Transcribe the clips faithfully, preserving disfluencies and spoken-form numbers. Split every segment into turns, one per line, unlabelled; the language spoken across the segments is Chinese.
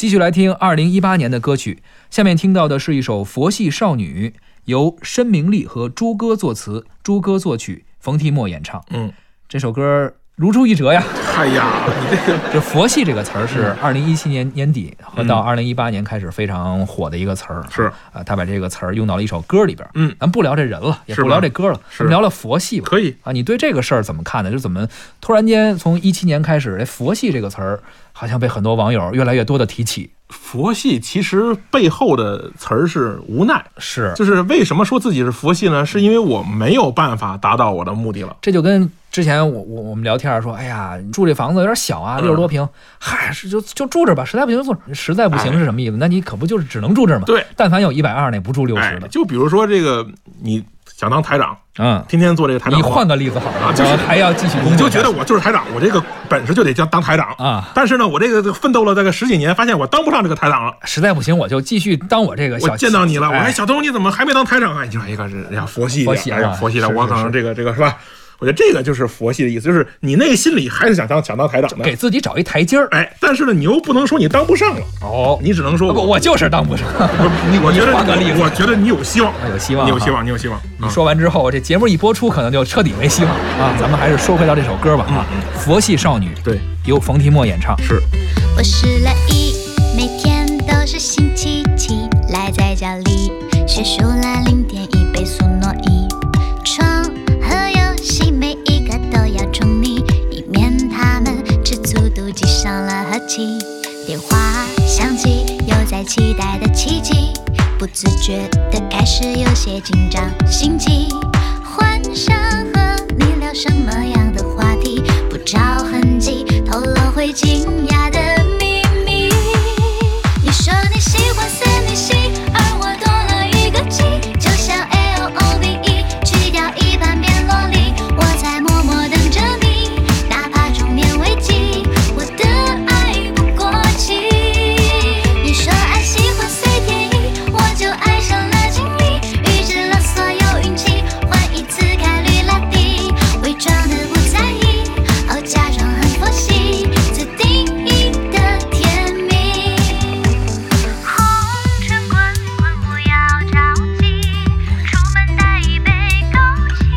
继续来听二零一八年的歌曲，下面听到的是一首《佛系少女》，由申明丽和朱歌作词，朱歌作曲，冯提莫演唱。
嗯，
这首歌如出一辙呀！
哎呀，你这个
这佛系这个词儿是二零一七年年底和到二零一八年开始非常火的一个词儿。
是
啊，他把这个词儿用到了一首歌里边。
嗯，
咱不聊这人了，也不聊这歌了，咱们聊聊佛系吧。
可以
啊，你对这个事儿怎么看呢？就怎么突然间从一七年开始，这佛系这个词儿好像被很多网友越来越多的提起。
佛系其实背后的词儿是无奈，
是，
就是为什么说自己是佛系呢？是因为我没有办法达到我的目的了。
这就跟之前我我我们聊天说，哎呀，你住这房子有点小啊，六十多平，嗨、嗯，是就就住这吧，实在不行就住，实在不行是什么意思？哎、那你可不就是只能住这吗？
对，
但凡有一百二，那不住六十的、
哎。就比如说这个，你想当台长，
嗯，
天天做这个台长，
你换个例子好了，
啊，就是
还要继续工作，
你就觉得我就是台长，我这个本事就得叫当台长
啊。
但是呢，我这个奋斗了这个十几年，发现我当不上这个台长了。
实在不行，我就继续当我这个小。
我见到你了，
哎、
我说小东你怎么还没当台长啊？你说一个是呀佛系的，
佛系
哎呀佛系的，我可能这个这个是吧？我觉得这个就是佛系的意思，就是你那个心里还是想当想当台长的，
给自己找一台阶儿。
哎，但是呢，你又不能说你当不上了。
哦，
你只能说
我我就是当不上。
你我觉得
换个例子，
我觉得你有希望，
有希望，
你有希望，你有希望。
你说完之后，这节目一播出，可能就彻底没希望啊。咱们还是说回到这首歌吧啊，《佛系少女》
对，
由冯提莫演唱。
是。
我失了忆，每天都是星期七，赖在家里学数了零点一倍速挪移，床和游戏每一个都要宠溺，以免他们吃醋妒忌伤了和气。电话响起，又在期待的奇迹，不自觉的开始有些紧张心悸，幻想和你聊什么样的话题，不着痕迹透露会惊讶的秘密。你说你喜欢四女系，而我多了一个 G， 就像 L O V E， 去掉一半变萝莉，我在默默等着你，哪怕中年危机，我的爱不过期。你说爱喜欢随天意，我就爱上了经历，预知了所有运气，换一次概率拉低，伪装的不在意，哦假装很佛系，自定义的甜蜜。红尘滚滚不要着急，出门带一杯枸杞，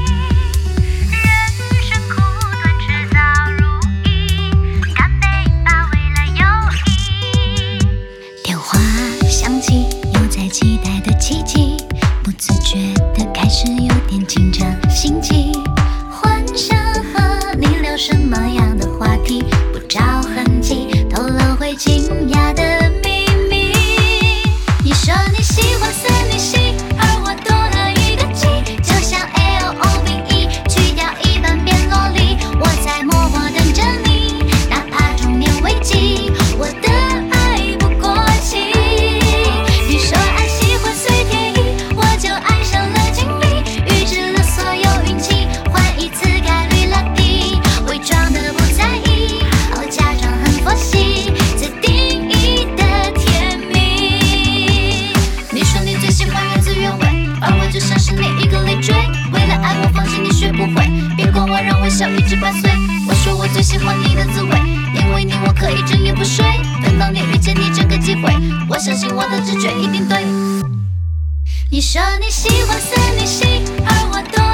人生苦短迟早如意，干杯吧为了友谊。电话响起，又在期待的奇迹，不自觉的开始有点紧张心悸，幻想和你聊什么样的话题，不着痕迹透露会惊讶的秘密。你说你喜欢四女系，而我多了一个 G， 就像 L O V E， 去掉一半变萝莉，我在默默等着你，哪怕中年危机，我的爱不过期。你说爱喜欢随天意，我就爱上了经历，预知了所有运气，换一次概率拉低，伪装的不在意，哦假装很佛系，自定义的甜蜜。你说你最喜欢原汁原味，而我就像是你一个累赘，为了爱我放心你学不会，别管我让微笑一直伴随。我说我最喜欢你的滋味，因为你我可以整夜不睡，等到你遇见你这个机会，我相信我的直觉一定对。你说你喜欢四女系，而我多